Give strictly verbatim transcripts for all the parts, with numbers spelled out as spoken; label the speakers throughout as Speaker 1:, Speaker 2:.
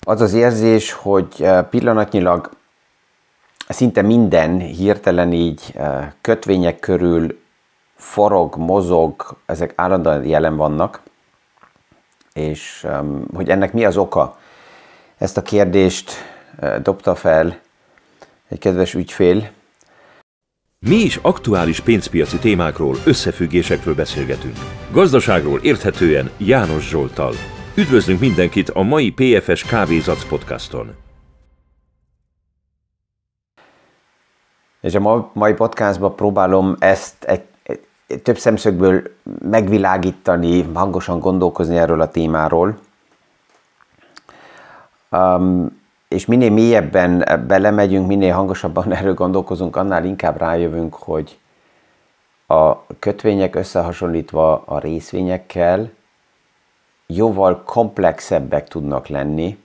Speaker 1: Az az érzés, hogy pillanatnyilag szinte minden hirtelen így kötvények körül forog, mozog, ezek állandóan jelen vannak, és hogy ennek mi az oka? Ezt a kérdést dobta fel egy kedves ügyfél.
Speaker 2: Mi is aktuális pénzpiaci témákról, összefüggésekről beszélgetünk. Gazdaságról érthetően János Zsolttal. Üdvözlünk mindenkit a mai pé ef es Kávézac podcaston.
Speaker 1: És a mai podcastban próbálom ezt egy, egy, több szemszögből megvilágítani, hangosan gondolkozni erről a témáról. Um, és minél mélyebben belemegyünk, minél hangosabban erről gondolkozunk, annál inkább rájövünk, hogy a kötvények összehasonlítva a részvényekkel jóval komplexebbek tudnak lenni,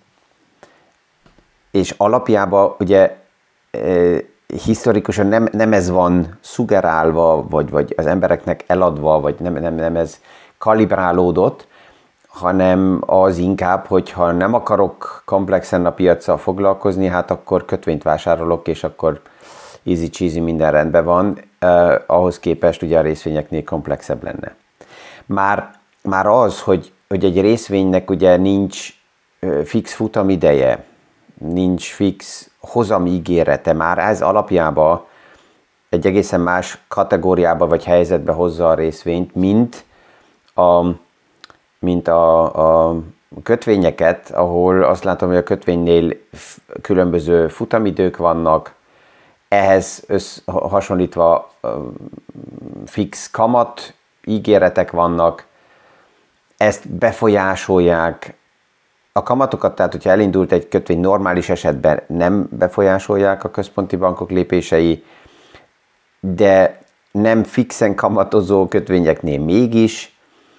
Speaker 1: és alapjában ugye e, historikusan nem, nem ez van szugerálva, vagy, vagy az embereknek eladva, vagy nem, nem, nem ez kalibrálódott, hanem az inkább, hogyha nem akarok komplexen a piaccal foglalkozni, hát akkor kötvényt vásárolok, és akkor easy cheesy, minden rendben van, eh, ahhoz képest ugye a részvényeknél komplexebb lenne. Már, már az, hogy, hogy egy részvénynek ugye nincs eh, fix futamideje, nincs fix hozamígérete, már ez alapjában egy egészen más kategóriába vagy helyzetbe hozza a részvényt, mint a mint a, a kötvényeket, ahol azt látom, hogy a kötvénynél különböző futamidők vannak, ehhez össz, hasonlítva fix kamat ígéretek vannak, ezt befolyásolják. A kamatokat, tehát hogyha elindult egy kötvény, normális esetben nem befolyásolják a központi bankok lépései, de nem fixen kamatozó kötvényeknél mégis.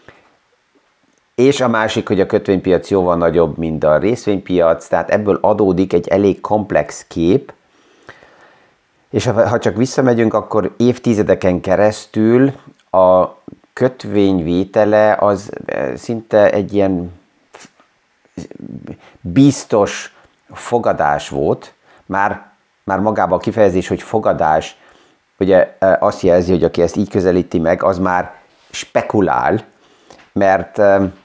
Speaker 1: És a másik, hogy a kötvénypiac jóval nagyobb, mint a részvénypiac, tehát ebből adódik egy elég komplex kép, és ha csak visszamegyünk, akkor évtizedeken keresztül a kötvényvétele az szinte egy ilyen biztos fogadás volt, már, már magában a kifejezés, hogy fogadás, ugye azt jelzi, hogy aki ezt így közelíti meg, az már spekulál, mert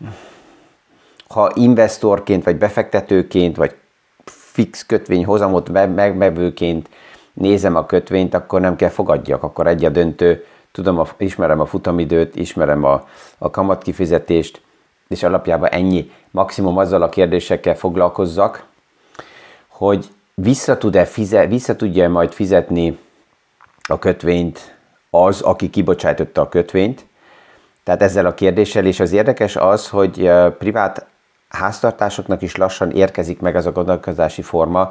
Speaker 1: ha investorként, vagy befektetőként, vagy fix kötvényhozamot megvevőként nézem a kötvényt, akkor nem kell fogadjak, akkor egy a döntő, tudom, ismerem a futamidőt, ismerem a, a kamatkifizetést, és alapjában ennyi. Maximum azzal a kérdésekkel foglalkozzak, hogy vissza tud-e fizet, vissza tudja majd fizetni a kötvényt az, aki kibocsájtotta a kötvényt. Tehát ezzel a kérdéssel, és az érdekes az, hogy privát háztartásoknak is lassan érkezik meg az a gondolkozási forma.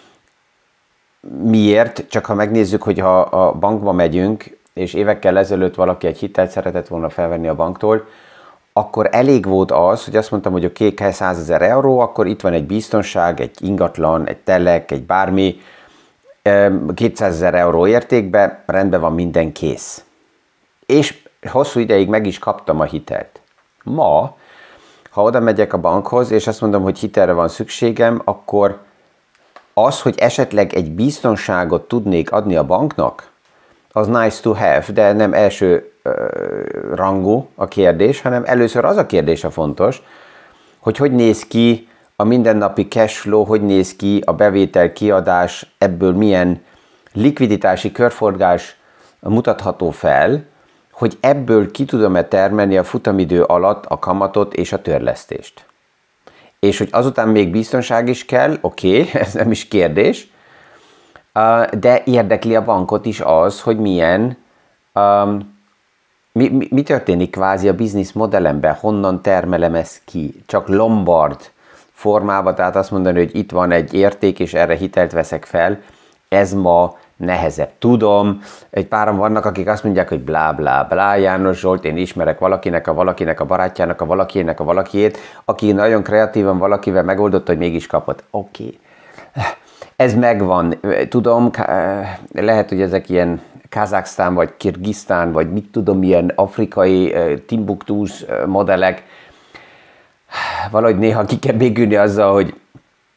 Speaker 1: Miért? Csak ha megnézzük, hogy ha a bankba megyünk, és évekkel ezelőtt valaki egy hitelt szeretett volna felvenni a banktól, akkor elég volt az, hogy azt mondtam, hogy a kék százezer euró, akkor itt van egy biztonság, egy ingatlan, egy telek, egy bármi, kétszázezer euró értékben, rendben van, minden kész. És hosszú ideig meg is kaptam a hitelt. Ma, ha oda megyek a bankhoz, és azt mondom, hogy hitelre van szükségem, akkor az, hogy esetleg egy biztonságot tudnék adni a banknak, az nice to have, de nem első uh, rangú a kérdés, hanem először az a kérdés a fontos, hogy hogy néz ki a mindennapi cash flow, hogy néz ki a bevétel, kiadás, ebből milyen likviditási körforgás mutatható fel, hogy ebből ki tudom-e termelni a futamidő alatt a kamatot és a törlesztést. És hogy azután még biztonság is kell, oké, okay, ez nem is kérdés, de érdekli a bankot is az, hogy milyen, um, mi, mi, mi történik kvázi a business modellemben, honnan termelem ezt ki, csak Lombard formában, tehát azt mondani, hogy itt van egy érték, és erre hitelt veszek fel, ez ma nehezebb. Tudom, egy páran vannak, akik azt mondják, hogy blá, blá, blá, János Zsolt, én ismerek valakinek, a valakinek, a barátjának, a valakinek, a valakiét, aki nagyon kreatívan valakivel megoldotta, hogy mégis kapott. Oké. Okay. Ez megvan. Tudom, lehet, hogy ezek ilyen Kazaksztán, vagy Kirgisztán, vagy mit tudom, ilyen afrikai Timbuktus modellek. Valahogy néha ki kell békülni azzal, hogy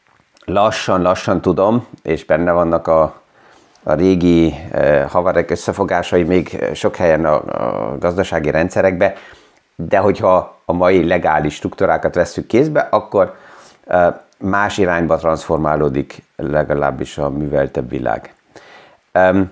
Speaker 1: lassan-lassan tudom, és benne vannak a, a régi eh, haverek összefogásai még sok helyen a, a gazdasági rendszerekbe, de hogyha a mai legális struktúrákat vesszük kézbe, akkor eh, más irányba transformálódik legalábbis a műveltebb világ. Um,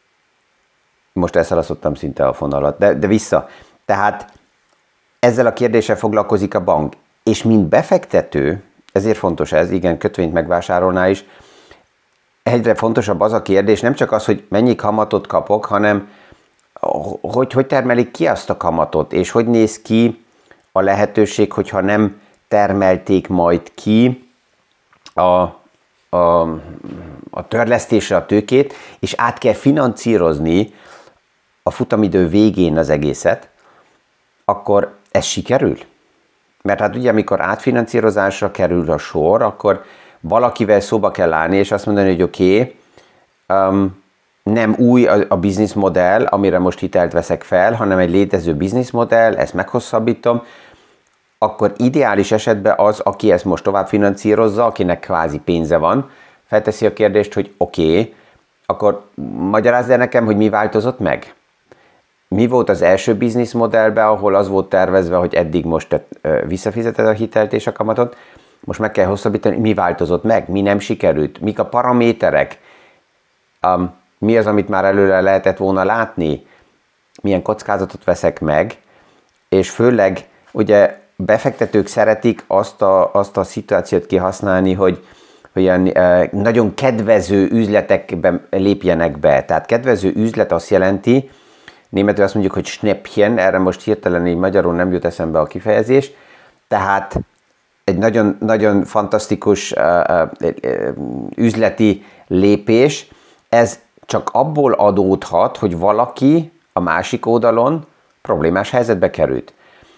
Speaker 1: most elszalasztottam szinte a fonalat, de, de vissza. Tehát ezzel a kérdéssel foglalkozik a bank, és mint befektető, ezért fontos ez, igen, kötvényt megvásárolná is, egyre fontosabb az a kérdés, nem csak az, hogy mennyi kamatot kapok, hanem hogy, hogy termelik ki azt a kamatot, és hogy néz ki a lehetőség, hogyha nem termelték majd ki a, a, a törlesztésre a tőkét, és át kell financírozni a futamidő végén az egészet, akkor ez sikerül? Mert hát ugye, amikor átfinanszírozásra kerül a sor, akkor valakivel szóba kell állni, és azt mondani, hogy oké, okay, um, nem új a, a bizniszmodell, amire most hitelt veszek fel, hanem egy létező bizniszmodell, ezt meghosszabbítom, akkor ideális esetben az, aki ezt most tovább finanszírozza, akinek kvázi pénze van, felteszi a kérdést, hogy oké, okay, akkor magyarázd el nekem, hogy mi változott meg? Mi volt az első bizniszmodellben, ahol az volt tervezve, hogy eddig most te visszafizeted a hitelt és a kamatot, most meg kell hosszabbítani, mi változott meg, mi nem sikerült, mik a paraméterek, um, mi az, amit már előre lehetett volna látni, milyen kockázatot veszek meg, és főleg ugye befektetők szeretik azt a, azt a szituációt kihasználni, hogy, hogy olyan eh, nagyon kedvező üzletekben lépjenek be. Tehát kedvező üzlet azt jelenti, németül azt mondjuk, hogy Schnäppchen, erre most hirtelen így magyarul nem jut eszembe a kifejezés, tehát egy nagyon, nagyon fantasztikus uh, uh, üzleti lépés, ez csak abból adódhat, hogy valaki a másik oldalon problémás helyzetbe került.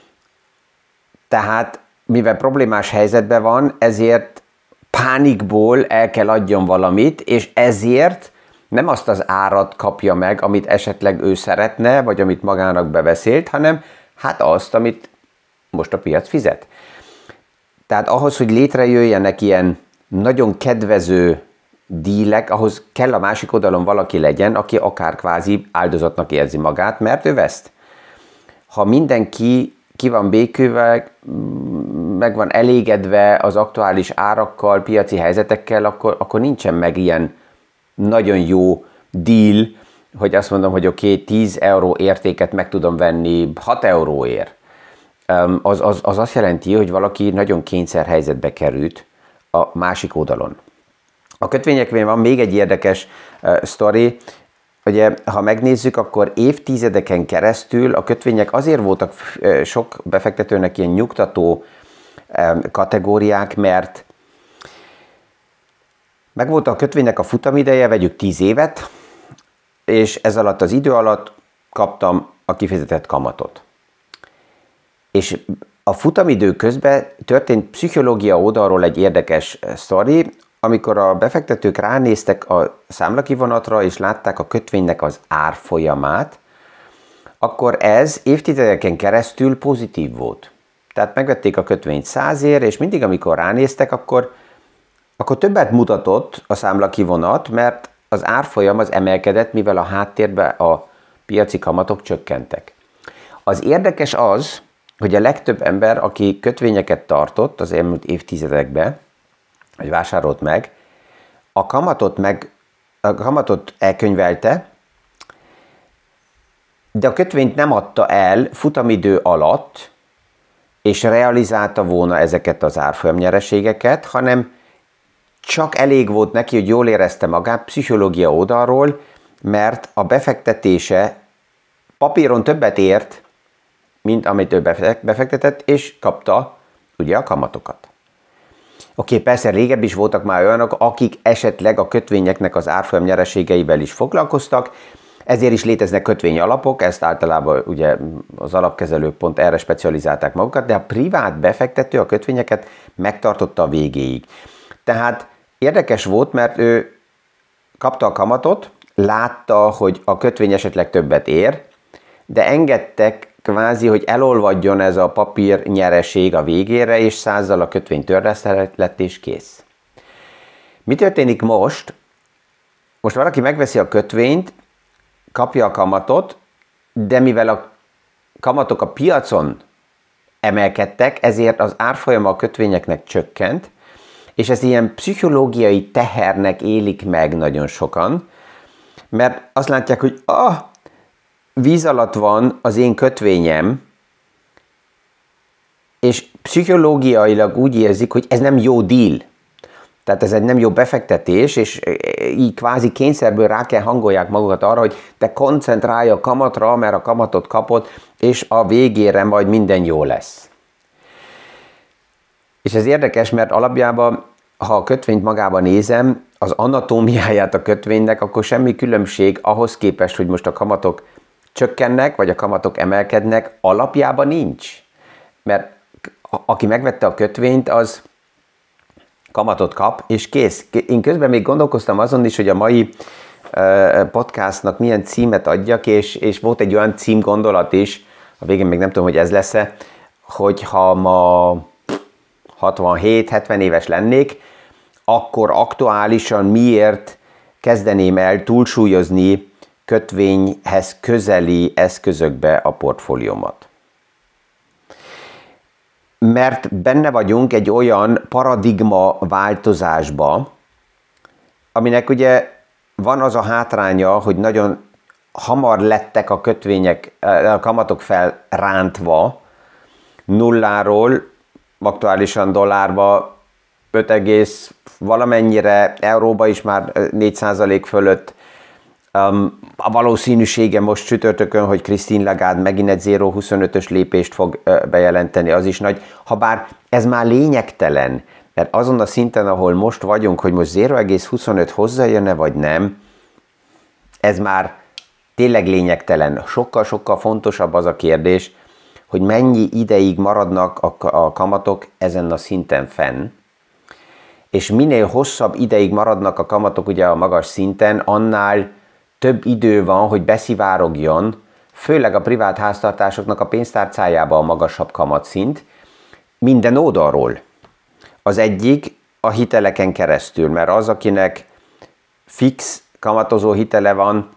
Speaker 1: Tehát, mivel problémás helyzetben van, ezért pánikból el kell adjon valamit, és ezért nem azt az árat kapja meg, amit esetleg ő szeretne, vagy amit magának bebeszélt, hanem hát azt, amit most a piac fizet. Tehát ahhoz, hogy létrejöjjenek ilyen nagyon kedvező dílek, ahhoz kell a másik oldalon valaki legyen, aki akár kvázi áldozatnak érzi magát, mert ő veszt. Ha mindenki ki van békülve, meg van elégedve az aktuális árakkal, piaci helyzetekkel, akkor, akkor nincsen meg ilyen nagyon jó deal, hogy azt mondom, hogy oké, okay, tíz euró értéket meg tudom venni hat euróért. Az, az, az azt jelenti, hogy valaki nagyon kényszer helyzetbe került a másik oldalon. A kötvényekben van még egy érdekes uh, sztori. Ugye, ha megnézzük, akkor évtizedeken keresztül a kötvények azért voltak uh, sok befektetőnek ilyen nyugtató um, kategóriák, mert megvolt a kötvénynek a futamideje, vegyük tíz évet, és ez alatt az idő alatt kaptam a kifizetett kamatot. És a futamidő közben történt pszichológia oldalról egy érdekes sztori, amikor a befektetők ránéztek a számlakivonatra, és látták a kötvénynek az árfolyamát, akkor ez évtizedeken keresztül pozitív volt. Tehát megvették a kötvényt százért, és mindig, amikor ránéztek, akkor, akkor többet mutatott a számlakivonat, mert az árfolyam az emelkedett, mivel a háttérben a piaci kamatok csökkentek. Az érdekes az, hogy a legtöbb ember, aki kötvényeket tartott az elmúlt évtizedekben, vagy vásárolt meg, a kamatot, meg, a kamatot elkönyvelte, de a kötvényt nem adta el futamidő alatt, és realizálta volna ezeket az árfolyamnyereségeket, hanem csak elég volt neki, hogy jól érezte magát pszichológia oldalról, mert a befektetése papíron többet ért, mint amit ő befektetett, és kapta ugye a kamatokat. Oké, okay, persze régebb is voltak már olyanok, akik esetleg a kötvényeknek az árfolyam nyereségeivel is foglalkoztak, ezért is léteznek kötvényalapok, ezt általában ugye az alapkezelők pont erre specializálták magukat, de a privát befektető a kötvényeket megtartotta a végéig. Tehát érdekes volt, mert ő kapta a kamatot, látta, hogy a kötvény esetleg többet ér, de engedtek kvázi, hogy elolvadjon ez a papír nyereség a végére, és százzal a kötvény törlesztett lett, és kész. Mi történik most? Most valaki megveszi a kötvényt, kapja a kamatot, de mivel a kamatok a piacon emelkedtek, ezért az árfolyama a kötvényeknek csökkent, és ez ilyen pszichológiai tehernek élik meg nagyon sokan, mert azt látják, hogy ah, víz alatt van az én kötvényem, és pszichológiailag úgy érzik, hogy ez nem jó deal. Tehát ez egy nem jó befektetés, és így kvázi kényszerből rá kell hangolják magukat arra, hogy te koncentrálj a kamatra, mert a kamatot kapod, és a végére majd minden jó lesz. És ez érdekes, mert alapjában, ha a kötvényt magában nézem, az anatómiáját a kötvénynek, akkor semmi különbség ahhoz képest, hogy most a kamatok csökkennek, vagy a kamatok emelkednek, alapjában nincs. Mert aki megvette a kötvényt, az kamatot kap, és kész. Én közben még gondolkoztam azon is, hogy a mai podcastnak milyen címet adjak, és, és volt egy olyan címgondolat is, a végén még nem tudom, hogy ez lesz-e, hogy ha ma hatvanhét-hetven éves lennék, akkor aktuálisan miért kezdeném el túlsúlyozni kötvényhez közeli eszközökbe a portfóliómat. Mert benne vagyunk egy olyan paradigma változásba, aminek ugye van az a hátránya, hogy nagyon hamar lettek a kötvények, a kamatok felrántva, nulláról, aktuálisan dollárba öt egész valamennyire, euróba is már négy százalék fölött. Um, a valószínűsége most csütörtökön, hogy Christine Lagarde megint egy zéro egész huszonötös lépést fog uh, bejelenteni, az is nagy. Habár ez már lényegtelen, mert azon a szinten, ahol most vagyunk, hogy most zéro egész huszonöt hozzájön-e vagy nem, ez már tényleg lényegtelen. Sokkal-sokkal fontosabb az a kérdés, hogy mennyi ideig maradnak a, a kamatok ezen a szinten fenn, és minél hosszabb ideig maradnak a kamatok ugye a magas szinten, annál több idő van, hogy beszivárogjon, főleg a privát háztartásoknak a pénztárcájába a magasabb kamatszint, minden oldalról. Az egyik a hiteleken keresztül, mert az, akinek fix kamatozó hitele van,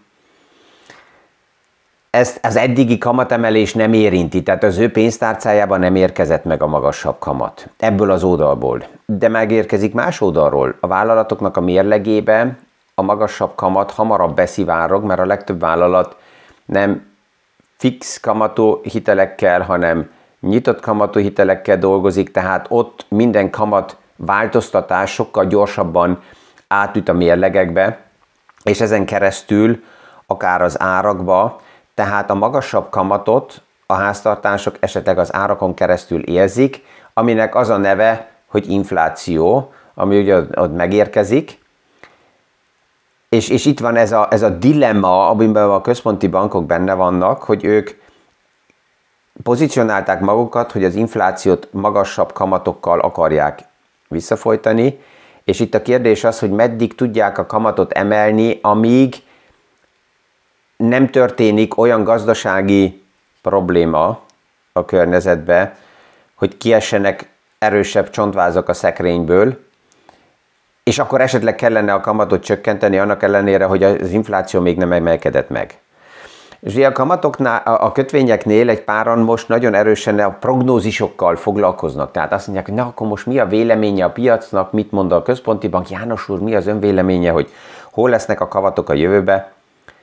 Speaker 1: ezt az eddigi kamatemelés nem érinti, tehát az ő pénztárcájában nem érkezett meg a magasabb kamat. Ebből az oldalból. De megérkezik más oldalról. A vállalatoknak a mérlegébe a magasabb kamat hamarabb beszivárog, mert a legtöbb vállalat nem fix kamatú hitelekkel, hanem nyitott kamatú hitelekkel dolgozik, tehát ott minden kamat változtatás sokkal gyorsabban átüt a mérlegekbe, és ezen keresztül akár az árakba, tehát a magasabb kamatot a háztartások esetleg az árakon keresztül érzik, aminek az a neve, hogy infláció, ami ugye ott megérkezik. És, és itt van ez a, ez a dilemma, amiben a központi bankok benne vannak, hogy ők pozícionálták magukat, hogy az inflációt magasabb kamatokkal akarják visszafolytani, és itt a kérdés az, hogy meddig tudják a kamatot emelni, amíg nem történik olyan gazdasági probléma a környezetbe, hogy kiessenek erősebb csontvázak a szekrényből, és akkor esetleg kellene a kamatot csökkenteni, annak ellenére, hogy az infláció még nem emelkedett meg. És ugye a kamatoknál, a kötvényeknél egy páran most nagyon erősen a prognózisokkal foglalkoznak. Tehát azt mondják, hogy na akkor most mi a véleménye a piacnak, mit mond a központi bank, János úr, mi az ön véleménye, hogy hol lesznek a kamatok a jövőbe.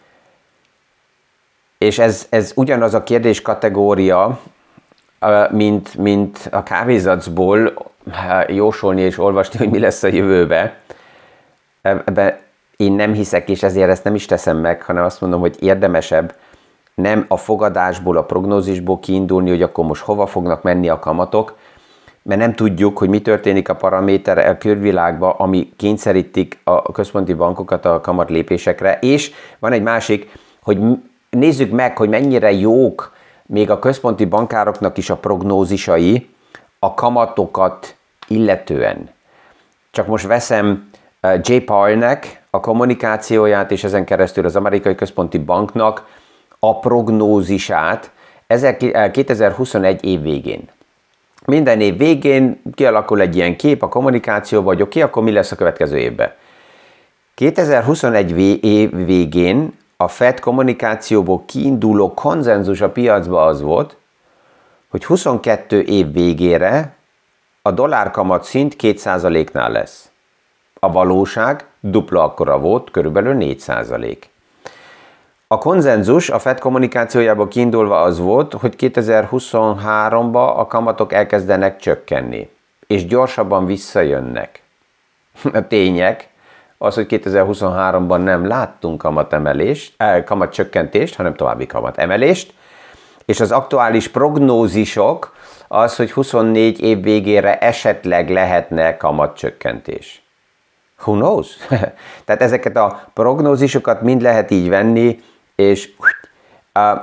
Speaker 1: És ez, ez ugyanaz a kérdés kategória, mint, mint a kávézacból jósolni és olvasni, hogy mi lesz a jövőbe. Ebben én nem hiszek, és ezért ezt nem is teszem meg, hanem azt mondom, hogy érdemesebb nem a fogadásból, a prognózisból kiindulni, hogy akkor most hova fognak menni a kamatok, mert nem tudjuk, hogy mi történik a paraméter a külvilágban, ami kényszerítik a központi bankokat a kamat lépésekre, és van egy másik, hogy nézzük meg, hogy mennyire jók még a központi bankároknak is a prognózisai a kamatokat illetően. Csak most veszem Jay Powellnek a kommunikációját, és ezen keresztül az amerikai központi banknak a prognózisát kétezer-huszonegy év végén. Minden év végén kialakul egy ilyen kép a kommunikációban, hogy oké, okay, akkor mi lesz a következő évben. kétezer-huszonegy év végén a Fed kommunikációból kiinduló konzenzus a piacban az volt, hogy huszonkettő év végére a dollárkamat szint két százaléknál lesz. A valóság dupla akkora volt, körülbelül négy százalék. A konzenzus a Fed kommunikációjából kiindulva az volt, hogy kétezer-huszonháromban a kamatok elkezdenek csökkenni, és gyorsabban visszajönnek. A tények az, hogy kétezer-huszonháromban nem láttunk kamatemelést, eh, kamatcsökkentést, hanem további kamatemelést, és az aktuális prognózisok az, hogy huszonnégy év végére esetleg lehetne kamatcsökkentés. Who knows? Tehát ezeket a prognózisokat mind lehet így venni, és uh,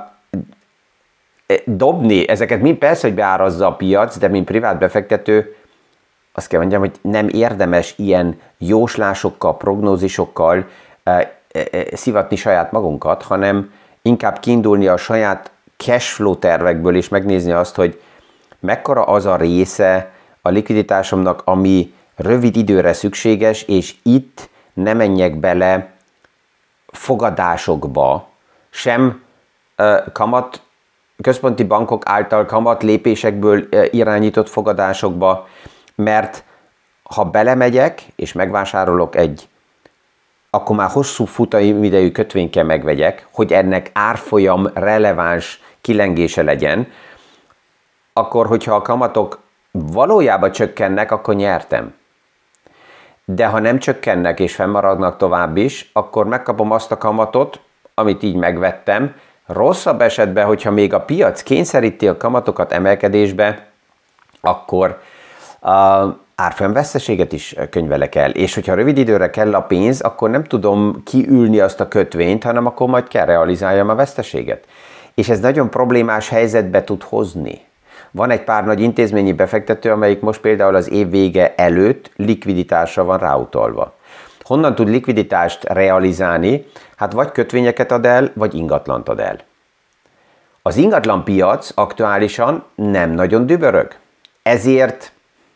Speaker 1: dobni, ezeket mind persze, hogy beárazza a piac, de mint privát befektető, azt kell mondjam, hogy nem érdemes ilyen jóslásokkal, prognózisokkal uh, uh, szivatni saját magunkat, hanem inkább kiindulni a saját cashflow tervekből, és megnézni azt, hogy mekkora az a része a likviditásomnak, ami rövid időre szükséges, és itt ne menjek bele fogadásokba, sem uh, kamat, központi bankok által kamat lépésekből uh, irányított fogadásokba, mert ha belemegyek, és megvásárolok egy, akkor már hosszú futamidejű kötvényt kell megvegyek, hogy ennek árfolyam releváns kilengése legyen, akkor, hogyha a kamatok valójában csökkennek, akkor nyertem. De ha nem csökkennek és fennmaradnak tovább is, akkor megkapom azt a kamatot, amit így megvettem. Rosszabb esetben, hogyha még a piac kényszeríti a kamatokat emelkedésbe, akkor uh, árfolyamveszteséget is könyvelek el. És hogyha rövid időre kell a pénz, akkor nem tudom kiülni azt a kötvényt, hanem akkor majd kell realizáljam a veszteséget. És ez nagyon problémás helyzetbe tud hozni. Van egy pár nagy intézményi befektető, amelyik most például az év vége előtt likviditásra van ráutalva. Honnan tud likviditást realizálni? Hát vagy kötvényeket ad el, vagy ingatlant ad el. Az ingatlan piac aktuálisan nem nagyon dübörög. Ezért,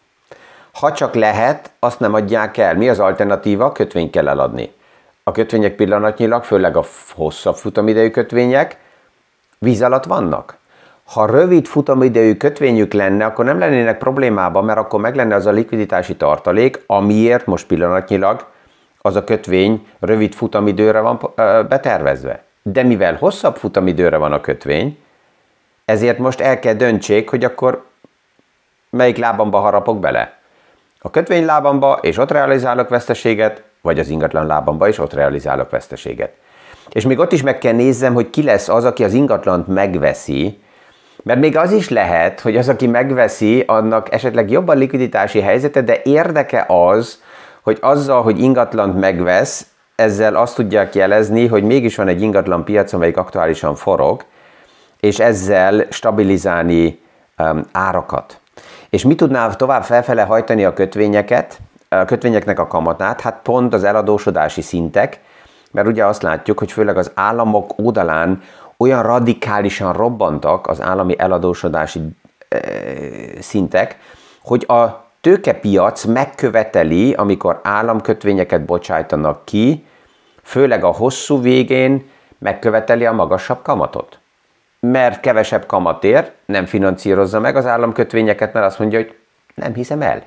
Speaker 1: ha csak lehet, azt nem adják el. Mi az alternatíva? Kötvényt kell eladni. A kötvények pillanatnyilag, főleg a hosszabb futamidejű kötvények, víz alatt vannak. Ha rövid futamidejű kötvényük lenne, akkor nem lennének problémában, mert akkor meg lenne az a likviditási tartalék, amiért most pillanatnyilag az a kötvény rövid futamidőre van betervezve. De mivel hosszabb futamidőre van a kötvény, ezért most el kell döntsék, hogy akkor melyik lábamba harapok bele. A kötvény lábamba, és ott realizálok veszteséget, vagy az ingatlan lábamba, és ott realizálok veszteséget. És még ott is meg kell nézzem, hogy ki lesz az, aki az ingatlant megveszi, mert még az is lehet, hogy az, aki megveszi, annak esetleg jobb a likviditási helyzete, de érdeke az, hogy azzal, hogy ingatlant megvesz, ezzel azt tudják jelezni, hogy mégis van egy ingatlan piac, amelyik aktuálisan forog, és ezzel stabilizálni um, árakat. És mi tudná tovább felfele hajtani a kötvényeket, a kötvényeknek a kamatát? Hát pont az eladósodási szintek, mert ugye azt látjuk, hogy főleg az államok oldalán olyan radikálisan robbantak az állami eladósodási e, szintek, hogy a tőkepiac megköveteli, amikor államkötvényeket bocsájtanak ki, főleg a hosszú végén megköveteli a magasabb kamatot. Mert kevesebb kamatért nem finanszírozza meg az államkötvényeket, mert azt mondja, hogy nem hiszem el.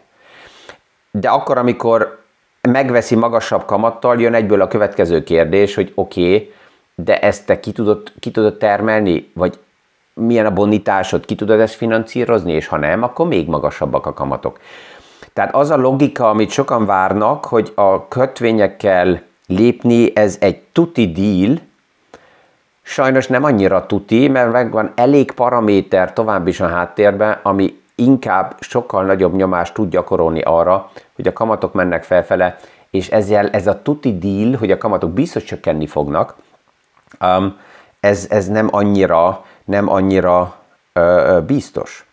Speaker 1: De akkor, amikor megveszi magasabb kamattal, jön egyből a következő kérdés, hogy oké, okay, de ezt te ki tudod, ki tudod termelni, vagy milyen a bonitásod, ki tudod ezt finanszírozni, és ha nem, akkor még magasabbak a kamatok. Tehát az a logika, amit sokan várnak, hogy a kötvényekkel lépni, ez egy tuti deal, sajnos nem annyira tuti, mert megvan elég paraméter tovább is a háttérben, ami inkább sokkal nagyobb nyomást tud gyakorolni arra, hogy a kamatok mennek felfele, és ezzel ez a tuti deal, hogy a kamatok biztos csökkenni fognak, um, ez, ez nem annyira, nem annyira uh, biztos.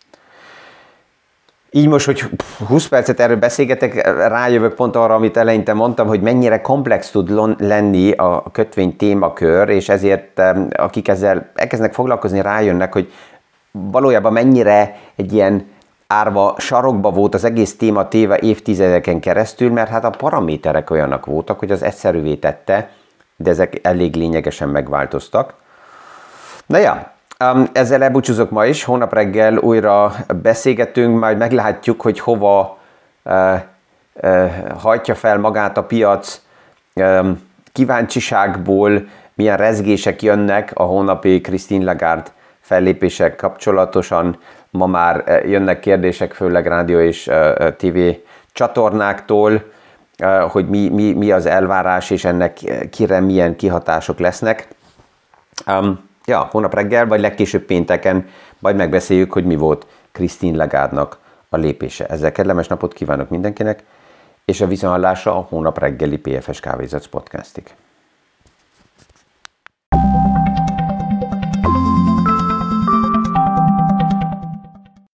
Speaker 1: Így most, hogy húsz percet erről beszélgetek, rájövök pont arra, amit eleinte mondtam, hogy mennyire komplex tud lenni a kötvény témakör, és ezért akik ezzel elkezdenek foglalkozni, rájönnek, hogy valójában mennyire egy ilyen árva sarokba volt az egész téma téve évtizedeken keresztül, mert hát a paraméterek olyanak voltak, hogy az egyszerűvé tette, de ezek elég lényegesen megváltoztak. Na ja, ezzel elbúcsúzok ma is, hónap reggel újra beszélgetünk, majd meglátjuk, hogy hova uh, uh, hajtja fel magát a piac, um, kíváncsiságból milyen rezgések jönnek a hónapi Christine Lagarde fellépések kapcsolatosan. Ma már jönnek kérdések, főleg rádió és tévé csatornáktól, hogy mi, mi, mi az elvárás, és ennek kire milyen kihatások lesznek. Um, ja, hónap reggel, vagy legkésőbb pénteken majd megbeszéljük, hogy mi volt Christine Lagarde-nak a lépése. Ezzel kellemes napot kívánok mindenkinek, és a viszonthallásra a hónap reggeli pé ef es Kávézac podcastig.